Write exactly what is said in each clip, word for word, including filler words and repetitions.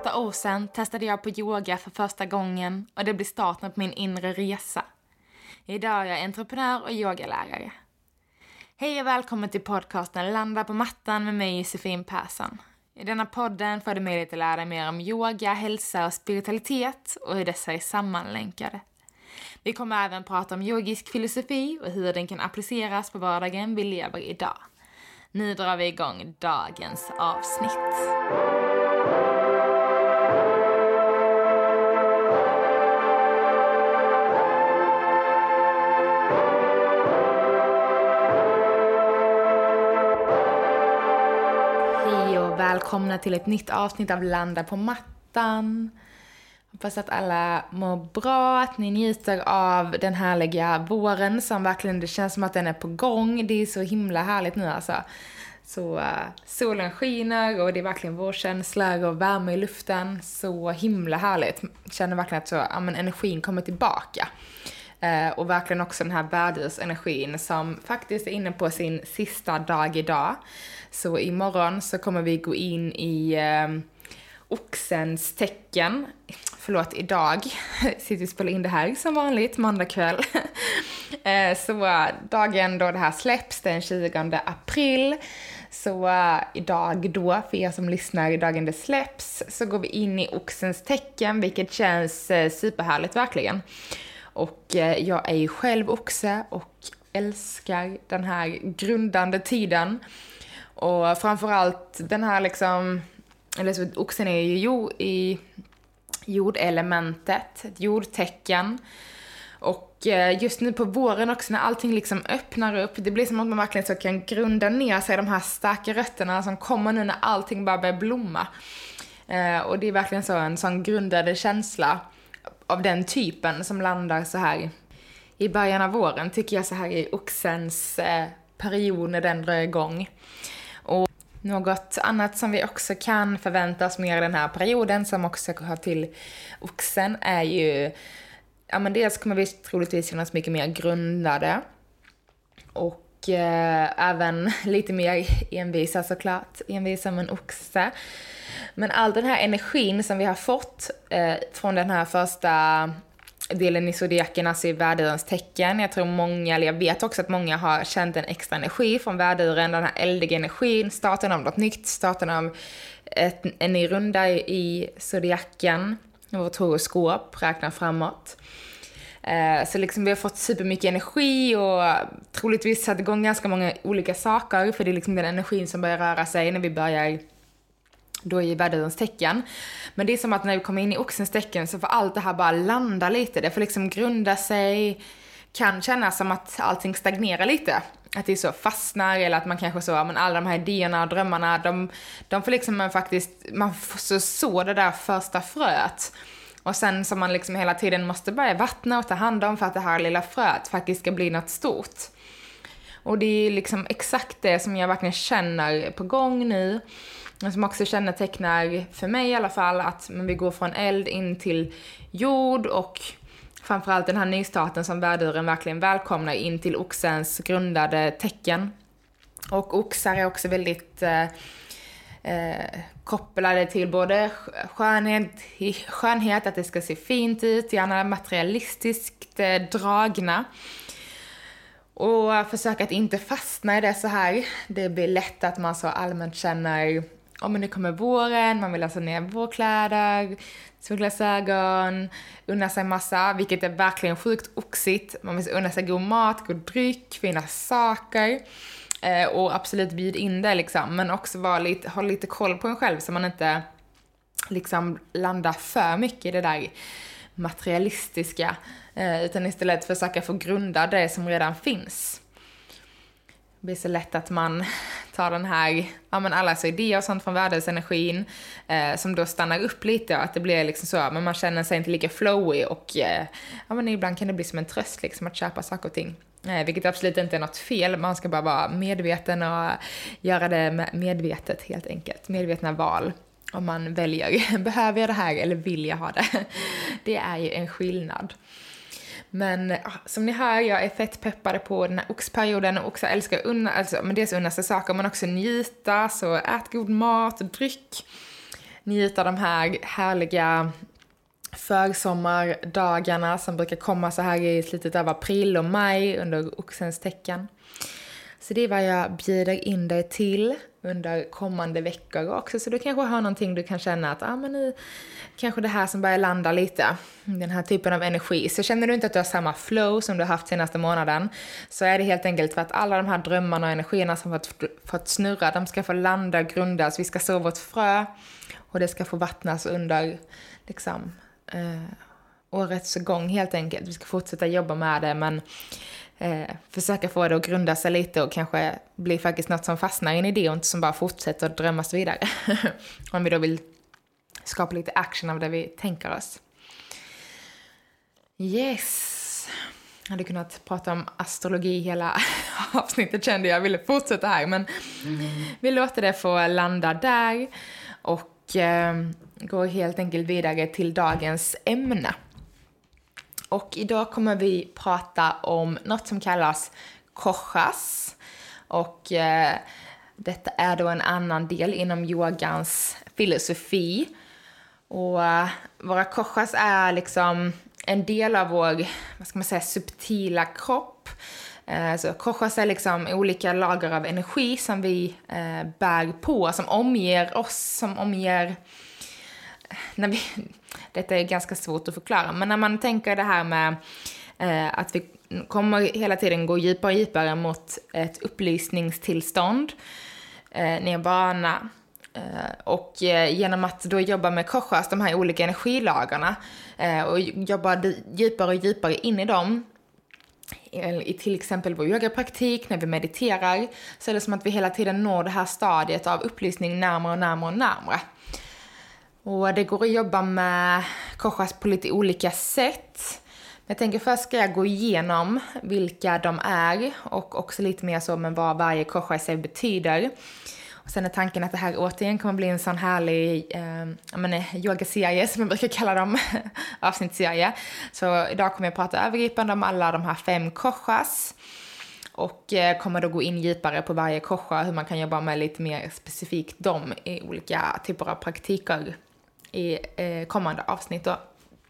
åtta år sedan testade jag på yoga för första gången och det blev starten på min inre resa. Idag är jag entreprenör och yogalärare. Hej och välkommen till podcasten Landa på mattan med mig Josefin Persson. I denna podden får du möjlighet att lära dig mer om yoga, hälsa och spiritualitet och hur dessa är sammanlänkade. Vi kommer även prata om yogisk filosofi och hur den kan appliceras på vardagen vi lever idag. Nu drar vi igång dagens avsnitt. Hej och välkomna till ett nytt avsnitt av Landa på mattan. Hoppas att alla mår bra, att ni njuter av den härliga våren som verkligen, det känns som att den är på gång. Det är så himla härligt nu alltså. Så uh, solen skiner och det är verkligen vårkänslor och värme i luften. Så himla härligt. Jag känner verkligen att så, ja, men energin kommer tillbaka. Uh, och verkligen också den här världsenergin som faktiskt är inne på sin sista dag idag. Så imorgon så kommer vi gå in i uh, oxens tecken. Förlåt, idag sitter och spelar in det här som vanligt, måndag kväll. uh, så uh, dagen då det här släpps, den tjugonde april. Så uh, idag då, för er som lyssnar, i dagen det släpps, så går vi in i oxens tecken, vilket känns uh, superhärligt verkligen. Och uh, jag är ju själv oxe och älskar den här grundande tiden. Och framförallt den här liksom, eller så oxen är ju jord, i jordelementet, ett jordtecken. Och just nu på våren också när allting liksom öppnar upp, det blir som att man verkligen så kan grunda ner sig de här starka rötterna som kommer nu när allting bara börjar blomma. Och det är verkligen så en sån grundade känsla av den typen som landar så här i början av våren, tycker jag, så här i oxens period när den drar igång. Och något annat som vi också kan förvänta oss mer i den här perioden som också hör till oxen är ju, ja men dels kommer vi troligtvis kännas mycket mer grundade och eh, även lite mer envisa såklart, envisa som en oxe. Men all den här energin som vi har fått eh, från den här första delen i zodiaken, alltså i världens tecken. Jag tror många, eller jag vet också att många har känt en extra energi från värduren, den här eldiga energin, starten av något nytt, starten av ett, en ny runda i zodiaken, vårt horoskop räknar framåt. Eh, så liksom vi har fått supermycket energi och troligtvis satt igång ganska många olika saker, för det är liksom den energin som börjar röra sig när vi börjar då i världens tecken. Men det är som att när vi kommer in i oxens tecken så får allt det här bara landa lite. Det får liksom grunda sig. Kan kännas som att allting stagnerar lite. Att det är så fastnar, eller att man kanske så, men alla de här idéerna och drömmarna, de, de får liksom man faktiskt, man får så, så det där första fröet. Och sen som man liksom hela tiden måste börja vattna och ta hand om för att det här lilla fröet faktiskt ska bli något stort. Och det är liksom exakt det som jag verkligen känner på gång nu. Som också kännetecknar, för mig i alla fall, att men vi går från eld in till jord, och framförallt den här nystarten som värduren verkligen välkomnar in till oxens grundade tecken. Och oxar är också väldigt eh, eh, kopplade till både skönhet, skönhet, att det ska se fint ut, gärna materialistiskt eh, dragna. Och försöka att inte fastna i det så här. Det blir lätt att man så allmänt känner, ja men nu kommer våren, man vill läsa ner vårkläder, solglasögon, unna sig massa, vilket är verkligen sjukt oxigt. Man vill unna sig god mat, god dryck, fina saker, eh, och absolut bjud in det liksom. Men också vara lite, ha lite koll på en själv så man inte liksom landar för mycket i det där materialistiska, eh, utan istället försöka få grunda det som redan finns. Det blir så lätt att man tar den här, ja men allas idéer och sånt från världsenergin eh, som då stannar upp lite, och att det blir liksom så, men man känner sig inte lika flowy, och eh, ja men ibland kan det bli som en tröst liksom att köpa saker och ting. Eh, vilket absolut inte är något fel, man ska bara vara medveten och göra det medvetet helt enkelt, medvetna val. Om man väljer, behöver jag det här eller vill jag ha det? Det är ju en skillnad. Men som ni hör, jag är fett peppade på den här oxperioden och också älskar att unna, alltså, men dels unna sig saker men också njuta, så ät god mat och dryck. njuta av de här härliga försommardagarna som brukar komma så här i slutet av april och maj under oxens tecken. Så det är vad jag bjuder in dig till under kommande veckor också. Så du kanske har någonting du kan känna att ah, men nu kanske det här som börjar landa lite. Den här typen av energi. Så känner du inte att du har samma flow som du har haft senaste månaden, så är det helt enkelt för att alla de här drömmarna och energierna som fått, fått snurra, de ska få landa och grundas. Vi ska så vårt frö och det ska få vattnas under liksom, eh, årets gång helt enkelt. Vi ska fortsätta jobba med det, men Eh, försöka få det att grunda sig lite och kanske bli faktiskt något som fastnar i en idé och inte som bara fortsätter att drömmas vidare. Om vi då vill skapa lite action av det vi tänker oss. Yes. Jag hade kunnat prata om astrologi hela avsnittet, kände jag ville fortsätta här, men mm. vi låter det få landa där och eh, går helt enkelt vidare till dagens ämne. Och idag kommer vi prata om något som kallas koshas. Och eh, detta är då en annan del inom yogans filosofi. Och eh, våra koshas är liksom en del av vår, vad ska man säga, subtila kropp. Eh, så koshas är liksom olika lager av energi som vi eh, bär på, som omger oss, som omger... När vi, detta är ganska svårt att förklara, men när man tänker det här med eh, att vi kommer hela tiden gå djupare och djupare mot ett upplysningstillstånd, eh, nirvana, eh, och eh, genom att då jobba med koshas, de här olika energilagarna, eh, och jobba djupare och djupare in i dem, i till exempel vår yogapraktik, när vi mediterar, så är det som att vi hela tiden når det här stadiet av upplysning närmare och närmare och närmare. Och det går att jobba med koshas på lite olika sätt. Men jag tänker först ska jag gå igenom vilka de är och också lite mer så med vad varje koshas betyder. Och sen är tanken att det här återigen kommer bli en sån härlig eh, jag menar, yogaserie som jag brukar kalla dem, avsnittsserie. Så idag kommer jag prata övergripande om alla de här fem koshas. Och eh, kommer då gå in djupare på varje kosha, hur man kan jobba med lite mer specifikt dem i olika typer av praktiker i eh, kommande avsnitt då.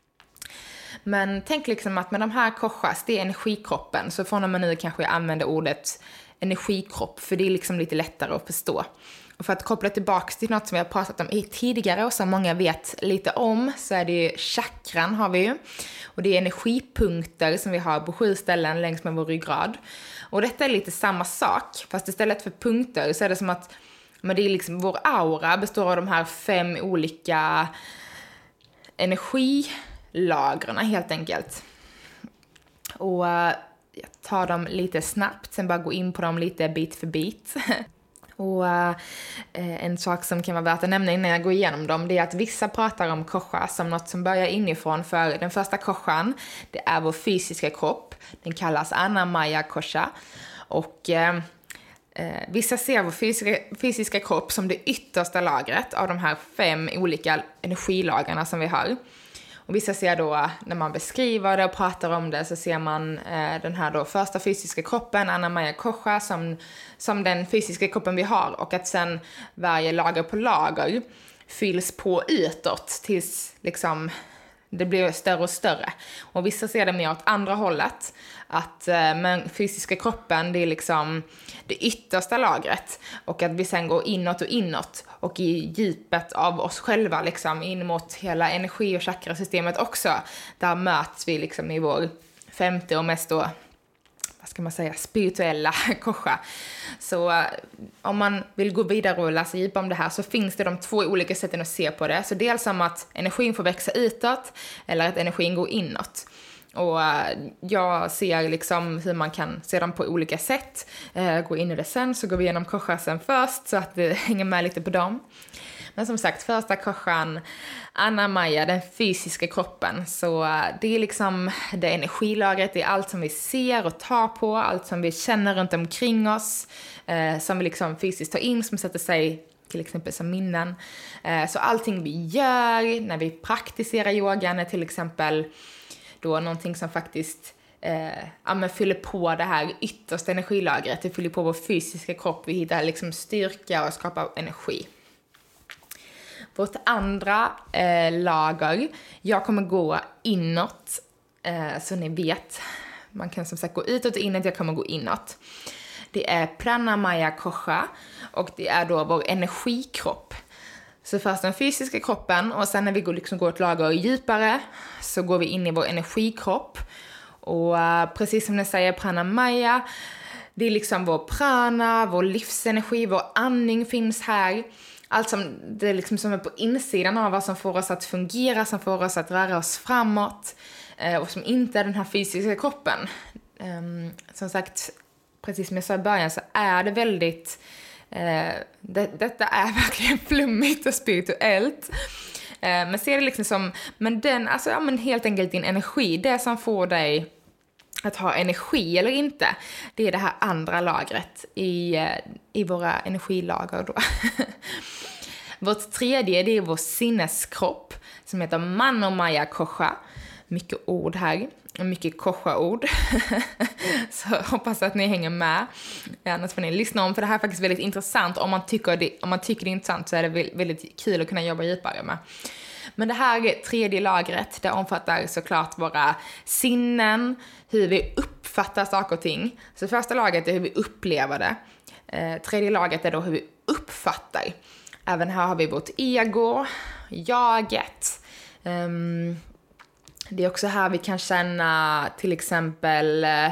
Men tänk liksom att med de här koshas, det är energikroppen, så från och med nu kanske jag använder ordet energikropp, för det är liksom lite lättare att förstå. Och för att koppla tillbaka till något som vi har pratat om tidigare och som många vet lite om, så är det ju chakran har vi ju. Och det är energipunkter som vi har på sju ställen längs med vår ryggrad. Och detta är lite samma sak, fast istället för punkter så är det som att men det är liksom, vår aura består av de här fem olika energilagren helt enkelt. Och jag tar dem lite snabbt, sen bara gå in på dem lite bit för bit. Och eh, en sak som kan vara värt att nämna innan jag går igenom dem, det är att vissa pratar om koshas som något som börjar inifrån. För den första koshan, det är vår fysiska kropp. Den kallas Annamaya kosha. Och eh, eh, vissa ser vår fysiska, fysiska kropp som det yttersta lagret av de här fem olika energilagarna som vi har. Och vissa ser då, när man beskriver det och pratar om det, så ser man eh, den här då första fysiska kroppen, Annamaya kosha, som, som den fysiska kroppen vi har. Och att sen varje lager på lager fylls på utåt tills liksom det blir större och större. Och vissa ser det mer åt andra hållet. Att eh, men fysiska kroppen, det är liksom det yttersta lagret. Och att vi sen går inåt och inåt. Och i djupet av oss själva, liksom, in mot hela energi- och chakrasystemet också. Där möts vi liksom i vår femte och mest då, vad ska man säga, spirituella kosha. Så om man vill gå vidare och läsa djup om det här, så finns det de två olika sätten att se på det. Så dels som att energin får växa utåt eller att energin går inåt. Och jag ser liksom hur man kan se dem på olika sätt. Eh, gå in i det sen, så går vi igenom koshasen först så att det hänger med lite på dem. Men som sagt, första koshan, Annamaya, den fysiska kroppen. Så det är liksom det energilagret, det är allt som vi ser och tar på, allt som vi känner runt omkring oss, eh, som vi liksom fysiskt tar in, som sätter sig till exempel som minnen. Eh, så allting vi gör när vi praktiserar yogan är till exempel då någonting som faktiskt eh, ja, men fyller på det här yttersta energilagret. Det fyller på vår fysiska kropp, vi hittar liksom styrka och skapar energi. Vårt andra eh, lager, jag kommer gå inåt, eh, så ni vet. Man kan som sagt gå utåt och inåt, jag kommer gå inåt. Det är Pranamaya Kosha och det är då vår energikropp. Så först den fysiska kroppen och sen när vi går, liksom går ett lager djupare så går vi in i vår energikropp. Och uh, precis som ni säger, Pranamaya, det är liksom vår prana, vår livsenergi, vår andning finns här. Allt som, det är liksom som är på insidan av vad som får oss att fungera, som får oss att röra oss framåt. Eh, och som inte är den här fysiska kroppen. Um, som sagt, precis som jag sa i början så är det väldigt... Eh, det, detta är verkligen flummigt och spirituellt. Eh, men ser det liksom som... Men den, alltså ja, men helt enkelt din energi, det som får dig att ha energi eller inte, det är det här andra lagret i, i våra energilager då. Vårt tredje, det är vår sinneskropp som heter Manomaya Kosha. Mycket ord här, mycket Kosha-ord. Så hoppas att ni hänger med. Annars får ni lyssna om, för det här är faktiskt väldigt intressant. Om man tycker det, om man tycker det är intressant så är det väldigt kul att kunna jobba djupare med. Men det här tredje lagret, det omfattar såklart våra sinnen, hur vi uppfattar saker och ting. Så första lagret är hur vi upplever det. Eh, tredje lagret är då hur vi uppfattar. Även här har vi vårt ego, jaget. Um, det är också här vi kan känna till exempel eh,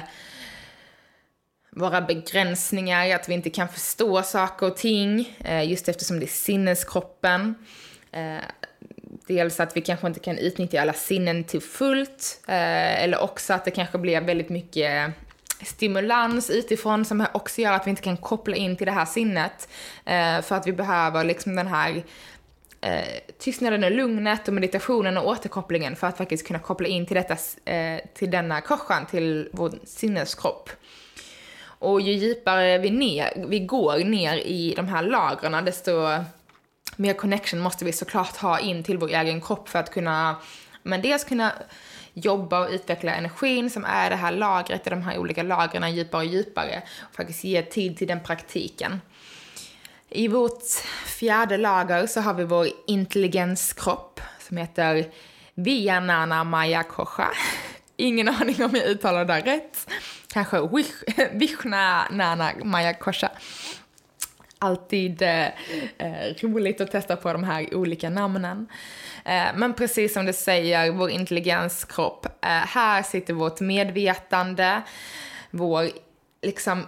våra begränsningar, att vi inte kan förstå saker och ting, eh, just eftersom det är sinneskroppen. Eh, dels att vi kanske inte kan utnyttja alla sinnen till fullt, eh, eller också att det kanske blir väldigt mycket stimulans utifrån som också gör att vi inte kan koppla in till det här sinnet, eh, för att vi behöver liksom den här eh, tystnaden och lugnet och meditationen och återkopplingen för att faktiskt kunna koppla in till detta, eh, till denna koshan, till vår sinneskropp. Och ju djupare vi, ner, vi går ner i de här lagren, desto mer connection måste vi såklart ha in till vår egen kropp för att kunna, men dels kunna jobba och utveckla energin som är det här lagret i de här olika lagren djupare och djupare och faktiskt ge tid till den praktiken. I vårt fjärde lager så har vi vår intelligenskropp som heter Vijnana Maya Kosha. Ingen aning om jag uttalar det rätt. Kanske Vijnana Maya Kosha. Alltid eh, roligt att testa på de här olika namnen. Eh, men precis som det säger, vår intelligenskropp. Eh, här sitter vårt medvetande. Vår, liksom,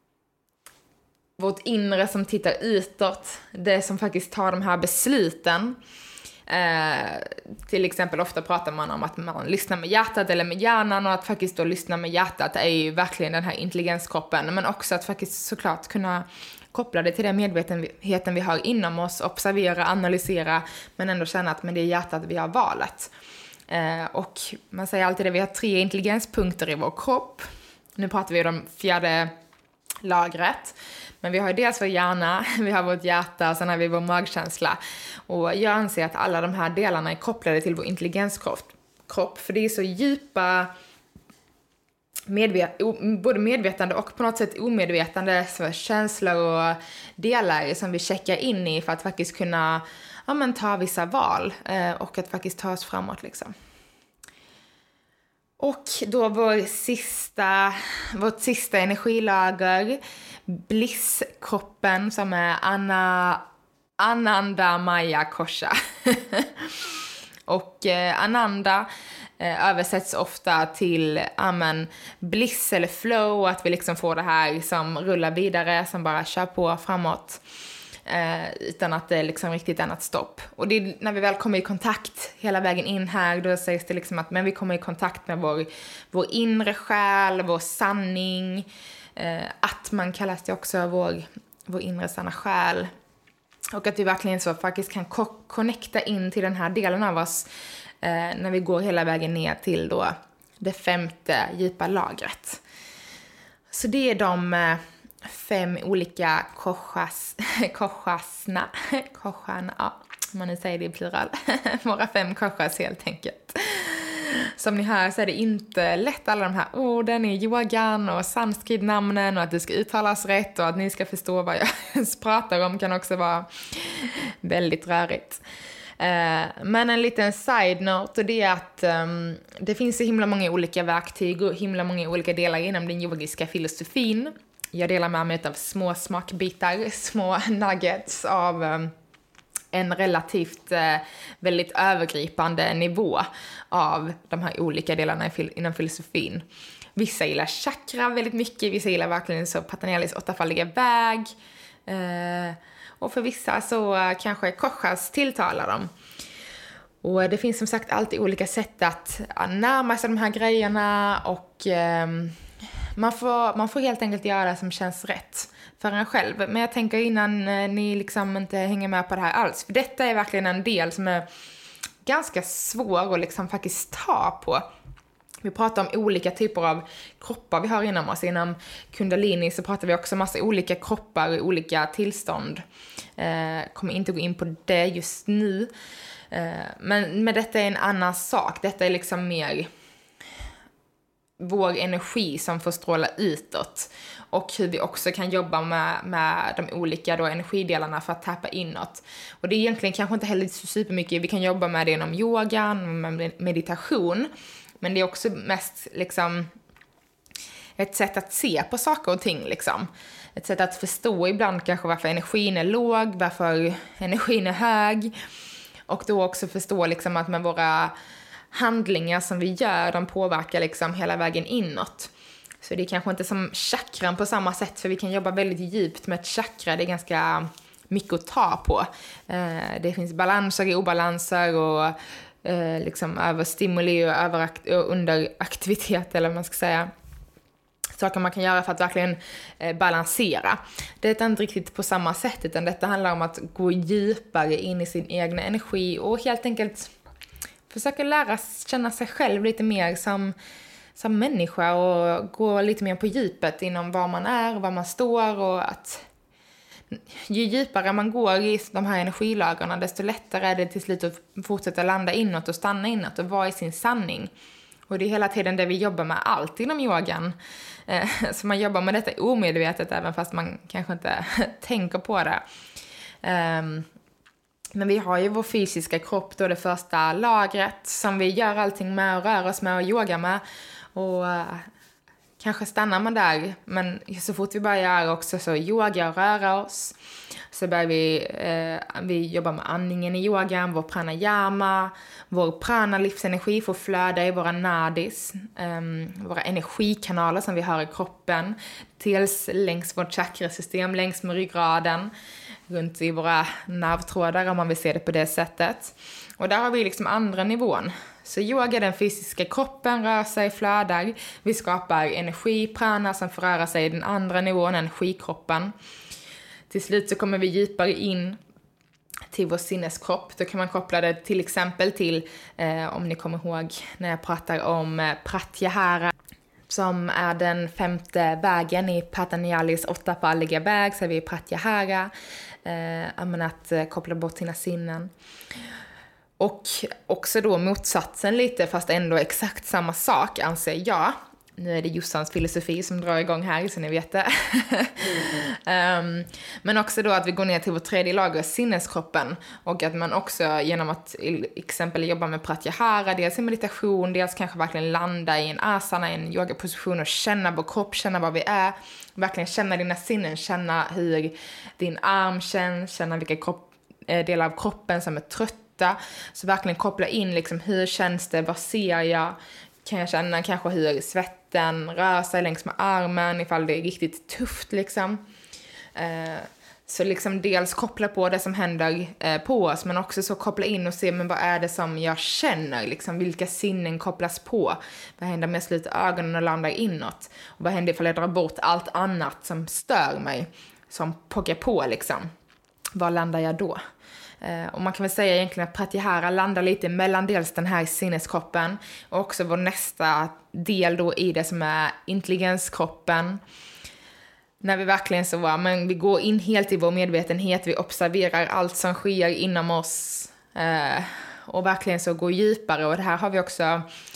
vårt inre som tittar utåt. Det som faktiskt tar de här besluten. Eh, till exempel ofta pratar man om att man lyssnar med hjärtat eller med hjärnan, och att faktiskt då lyssna med hjärtat är ju verkligen den här intelligenskroppen, men också att faktiskt såklart kunna koppla det till den medvetenheten vi har inom oss, observera, analysera, men ändå känna att men det är hjärtat vi har valet. Eh, och man säger alltid att vi har tre intelligenspunkter i vår kropp. Nu pratar vi om det fjärde lagret. Men vi har dels vår hjärna, vi har vårt hjärta och sen har vi vår magkänsla. Och jag anser att alla de här delarna är kopplade till vår intelligenskropp. För det är så djupa, medvet- både medvetande och på något sätt omedvetande så känslor och delar som vi checkar in i för att faktiskt kunna ja, men, ta vissa val eh, och att faktiskt ta oss framåt liksom. Och då vår sista, vårt sista energilager, blisskroppen som är Anna, Ananda Maya Kosha. Och eh, Ananda eh, översätts ofta till amen, bliss eller flow, att vi liksom får det här som rullar vidare, som bara kör på framåt. Eh, utan att det är liksom riktigt annat stopp. Och det är när vi väl kommer i kontakt hela vägen in här, då sägs det liksom att men vi kommer i kontakt med vår, vår inre själ, vår sanning. Eh, att man kallas det också vår, vår inre sanna själ. Och att vi verkligen så faktiskt kan ko- connecta in till den här delen av oss eh, när vi går hela vägen ner till då det femte djupa lagret. Så det är de eh, fem olika koshas, koshasna, koshan, ja, om man nu säger det i plural. Våra fem koshas helt enkelt. Som ni hör så är det inte lätt, alla de här orden i yogan och sanskrit-namnen och att det ska uttalas rätt och att ni ska förstå vad jag ens pratar om kan också vara väldigt rörigt. Men en liten side-note, och det är att um, det finns så himla många olika verktyg och himla många olika delar inom den yogiska filosofin. Jag delar med mig av små smakbitar, små nuggets av um, en relativt uh, väldigt övergripande nivå av de här olika delarna inom filosofin. Vissa gillar chakra väldigt mycket, vissa gillar verkligen så Patanjalis åttafaldiga väg. Uh, och för vissa så uh, kanske korsas tilltalar dem. Och det finns som sagt alltid olika sätt att uh, närma sig de här grejerna och uh, man, får, man får helt enkelt göra det som känns rätt för en själv. Men jag tänker innan uh, ni liksom inte hänger med på det här alls. För detta är verkligen en del som är ganska svår att liksom faktiskt ta på. Vi pratar om olika typer av kroppar vi har inom oss. Inom kundalini så pratar vi också om massa olika kroppar och olika tillstånd. Eh, kommer inte gå in på det just nu. Eh, men, men detta är en annan sak. Detta är liksom mer vår energi som får stråla utåt. Och hur vi också kan jobba med, med de olika då energidelarna för att tappa inåt. Och det är egentligen kanske inte heller så supermycket. Vi kan jobba med det inom yogan, med meditation. Men det är också mest liksom ett sätt att se på saker och ting liksom. Ett sätt att förstå ibland kanske varför energin är låg, varför energin är hög. Och då också förstå liksom att med våra handlingar som vi gör, de påverkar liksom hela vägen inåt. Så det är kanske inte som chakran på samma sätt, för vi kan jobba väldigt djupt med ett chakra. Det är ganska mycket att ta på. Det finns balanser och obalanser och Eh, liksom överstimuli och, överakt- och underaktivitet eller vad man ska säga. Saker man kan göra för att verkligen eh, balansera. Det är inte riktigt på samma sätt, utan detta handlar om att gå djupare in i sin egen energi och helt enkelt försöka lära känna sig själv lite mer som, som människa och gå lite mer på djupet inom vad man är, var man står och att ju djupare man går i de här energilagarna, desto lättare är det till slut att fortsätta landa inåt och stanna inåt och vara i sin sanning. Och det är hela tiden det vi jobbar med allt inom yogan. Så man jobbar med detta omedvetet även fast man kanske inte tänker på det. Men vi har ju vår fysiska kropp då, det första lagret som vi gör allting med och rör oss med och yoga med. Och kanske stannar man där, men så fort vi börjar också så yoga och röra oss, så börjar vi, eh, vi jobba med andningen i yogan, vår pranayama, vår prana livsenergi får flöda i våra nadis, eh, våra energikanaler som vi har i kroppen, dels längs vårt chakrasystem, längs med ryggraden, runt i våra nervtrådar om man vill se det på det sättet. Och där har vi liksom andra nivån. Så yoga, den fysiska kroppen, rör sig, flödar. Vi skapar energi, prana som får röra sig i den andra nivån, energikroppen. Till slut så kommer vi djupare in till vår sinneskropp. Då kan man koppla det till exempel till, eh, om ni kommer ihåg när jag pratar om eh, pratyahara, som är den femte vägen i Patanjalis åttafaldiga väg, så är vi pratyahara, eh, att eh, koppla bort sina sinnen. Och också då motsatsen lite, fast ändå exakt samma sak anser jag. Nu är det Jossans filosofi som drar igång här, så ni vet det. Mm. um, men också då att vi går ner till vår tredje lager, sinneskroppen. Och att man också genom att exempel jobba med pratyahara, dels i meditation, dels kanske verkligen landa i en asana, i en yogaposition och känna vår kropp, känna vad vi är. Verkligen känna dina sinnen, känna hur din arm känns, känna vilka kropp, delar av kroppen som är trötta. Så verkligen koppla in liksom, hur känns det, vad ser jag? Kan jag känna kanske hur svetten rör sig längs med armen ifall det är riktigt tufft liksom. Eh, så liksom dels koppla på det som händer eh, på oss, men också så koppla in och se men vad är det som jag känner liksom, vilka sinnen kopplas på. Vad händer om jag sluter ögonen och landar inåt? Och vad händer ifall jag drar bort allt annat som stör mig, som pockar på liksom? Var landar jag då? Uh, och man kan väl säga egentligen att pratyahara landar lite mellan dels den här sinneskroppen och också vår nästa del då i det som är intelligenskroppen. När vi verkligen så var, men vi går in helt i vår medvetenhet, vi observerar allt som sker inom oss uh, och verkligen så går djupare. Och det här har vi också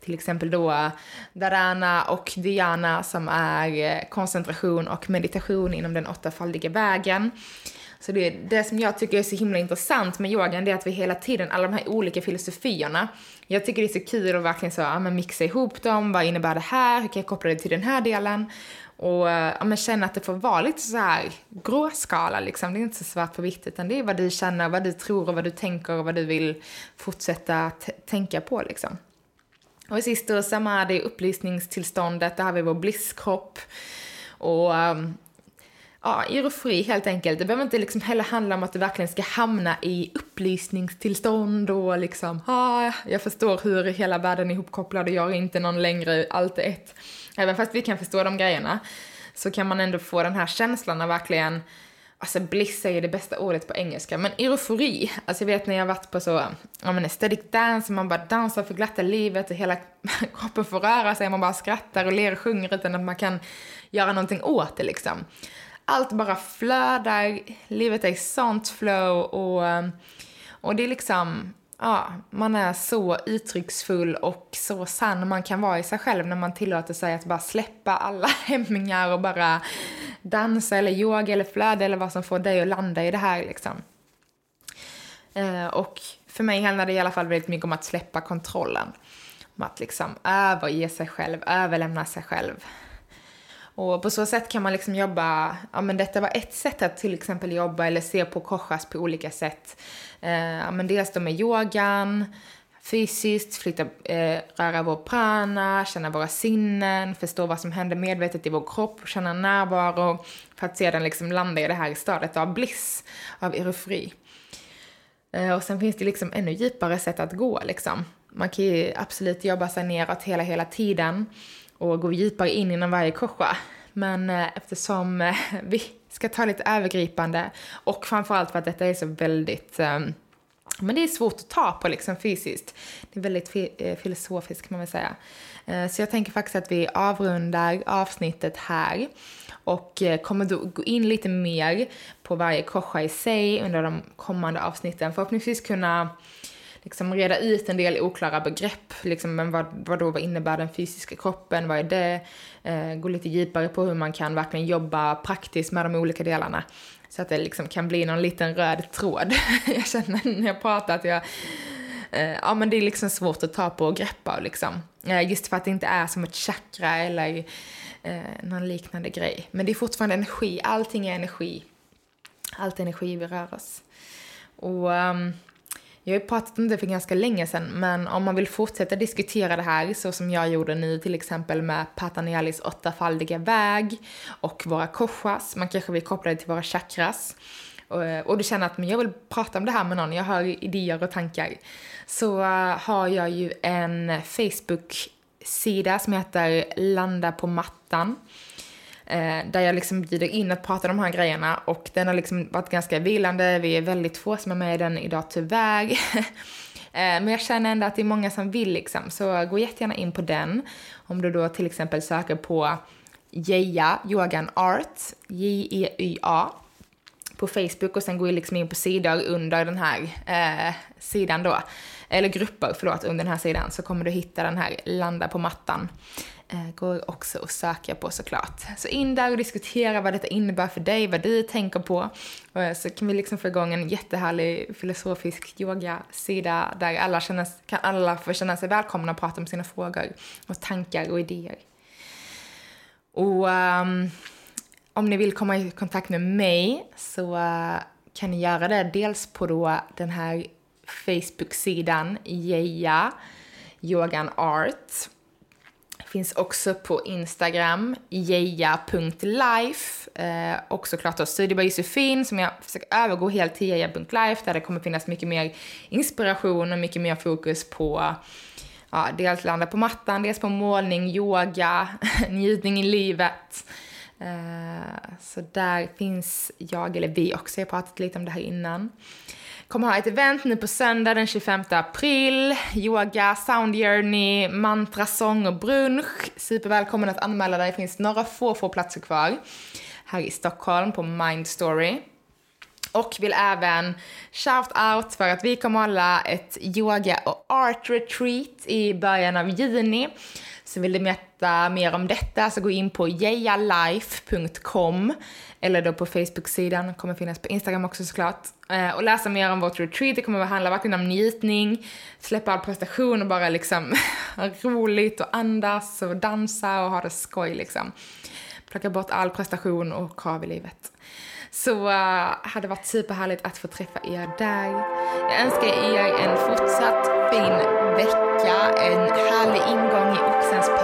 till exempel då Dharana och Dhyana som är koncentration och meditation inom den åttafaldiga vägen. Så det, det som jag tycker är så himla intressant med yogan, det är att vi hela tiden, alla de här olika filosofierna, jag tycker det är så kul att verkligen så, ja, men mixa ihop dem, vad innebär det här, hur kan jag koppla det till den här delen, och ja, men känna att det får vara lite så här gråskala liksom, det är inte så svart på vitt, utan det är vad du känner, vad du tror och vad du tänker och vad du vill fortsätta t- tänka på liksom. Och sist då samadhi, upplysningstillståndet, där har vi vår blisskropp och um, ja, eufori helt enkelt. Det behöver inte liksom heller handla om att du verkligen ska hamna i upplysningstillstånd och liksom, ah, jag förstår hur hela världen är ihopkopplad och jag är inte någon längre, allt är ett. Även fast vi kan förstå de grejerna så kan man ändå få den här känslan av verkligen, alltså bliss är det bästa ordet på engelska, men eufori, alltså jag vet när jag har varit på så, ja men aesthetic dance, man bara dansar för glatta livet och hela kroppen får röra sig, man bara skrattar och ler och sjunger utan att man kan göra någonting åt det liksom. Allt bara flödar, livet är i sånt flow och, och det är liksom, ja, man är så uttrycksfull och så sann man kan vara i sig själv när man tillåter sig att bara släppa alla hämningar och bara dansa eller yoga eller flöda eller vad som får dig att landa i det här liksom. Eh, och för mig handlar det i alla fall väldigt mycket om att släppa kontrollen. Om att liksom överge sig själv, överlämna sig själv. Och på så sätt kan man liksom jobba, ja men detta var ett sätt att till exempel jobba eller se på koshas på olika sätt. Eh, ja men dels då med yogan, fysiskt, flytta, eh, röra vår prana, känna våra sinnen, förstå vad som händer medvetet i vår kropp, känna närvaro för att sedan liksom landa i det här stadiet av bliss, av eufori. Eh, och sen finns det liksom ännu djupare sätt att gå liksom. Man kan ju absolut jobba sig neråt hela, hela tiden och gå djupare in inom varje kosha. Men eh, eftersom eh, vi ska ta lite övergripande och framförallt för att detta är så väldigt, eh, men det är svårt att ta på liksom fysiskt. Det är väldigt fi- eh, filosofiskt kan man väl säga. Eh, så jag tänker faktiskt att vi avrundar avsnittet här och eh, kommer då gå in lite mer på varje kosha i sig under de kommande avsnitten. Förhoppningsvis kunna liksom reda ut en del oklara begrepp, liksom, men vad, vad då vad innebär den fysiska kroppen, vad är det, eh, gå lite djupare på hur man kan verkligen jobba praktiskt med de olika delarna, så att det liksom kan bli någon liten röd tråd. Jag känner när jag pratar att jag, eh, ja men det är liksom svårt att ta på och greppa liksom, eh, just för att det inte är som ett chakra eller eh, någon liknande grej, men det är fortfarande energi, allting är energi, allt energi vi rör oss. Och um, jag har ju pratat om det för ganska länge sedan, men om man vill fortsätta diskutera det här så som jag gjorde nu till exempel med Patanjalis åttafaldiga väg och våra koshas, man kanske vill koppla det till våra chakras och, och du känner att men jag vill prata om det här med någon, jag har idéer och tankar, så uh, har jag ju en Facebook-sida som heter Landa på mattan. Eh, där jag liksom bjuder in att prata om de här grejerna, och den har liksom varit ganska vilande, vi är väldigt få som är med i den idag tyvärr. eh, men jag känner ändå att det är många som vill liksom, så gå jättegärna in på den om du då till exempel söker på Yeya Yogan Art, J E Y A på Facebook, och sen går jag liksom in på sidor under den här eh, sidan då, eller grupper, förlåt, under den här sidan, så kommer du hitta den här Landa på mattan. Eh, går också att söka på såklart. Så in där och diskutera vad detta innebär för dig, vad du tänker på. Och så kan vi liksom få igång en jättehärlig filosofisk yoga-sida där alla känner, kan alla få känna sig välkomna och prata om sina frågor och tankar och idéer. Och um, om ni vill komma i kontakt med mig så uh, kan ni göra det dels på då den här Facebook-sidan Yeya Yogan Art. Finns också på Instagram, yeya punkt life, eh, och såklart då Studio by Josefin som jag försöker övergå helt till yeya punkt life, där det kommer finnas mycket mer inspiration och mycket mer fokus på ja, dels landa på mattan, dels på målning, yoga, njutning i livet. Eh, så där finns jag, eller vi också, jag har pratat lite om det här innan. Kommer ha ett event nu på söndag den tjugofemte april. Yoga, sound journey, mantra, sång och brunch. Supervälkommen att anmäla dig. Det finns några få, få platser kvar här i Stockholm på Mind Story. Och vill även shout out för att vi kommer hålla ett yoga och art retreat i början av juni. Så vill du veta mer om detta så gå in på jejalife punkt com eller då på Facebook-sidan, kommer finnas på Instagram också såklart. Och läsa mer om vårt retreat. Det kommer att handla verkligen om njutning, släppa all prestation och bara liksom ha roligt och andas och dansa och ha det skoj liksom. Plocka bort all prestation och krav i livet. Så uh, hade varit superhärligt att få träffa er där. Jag önskar er en fortsatt fin vecka, en härlig ingång i Oxens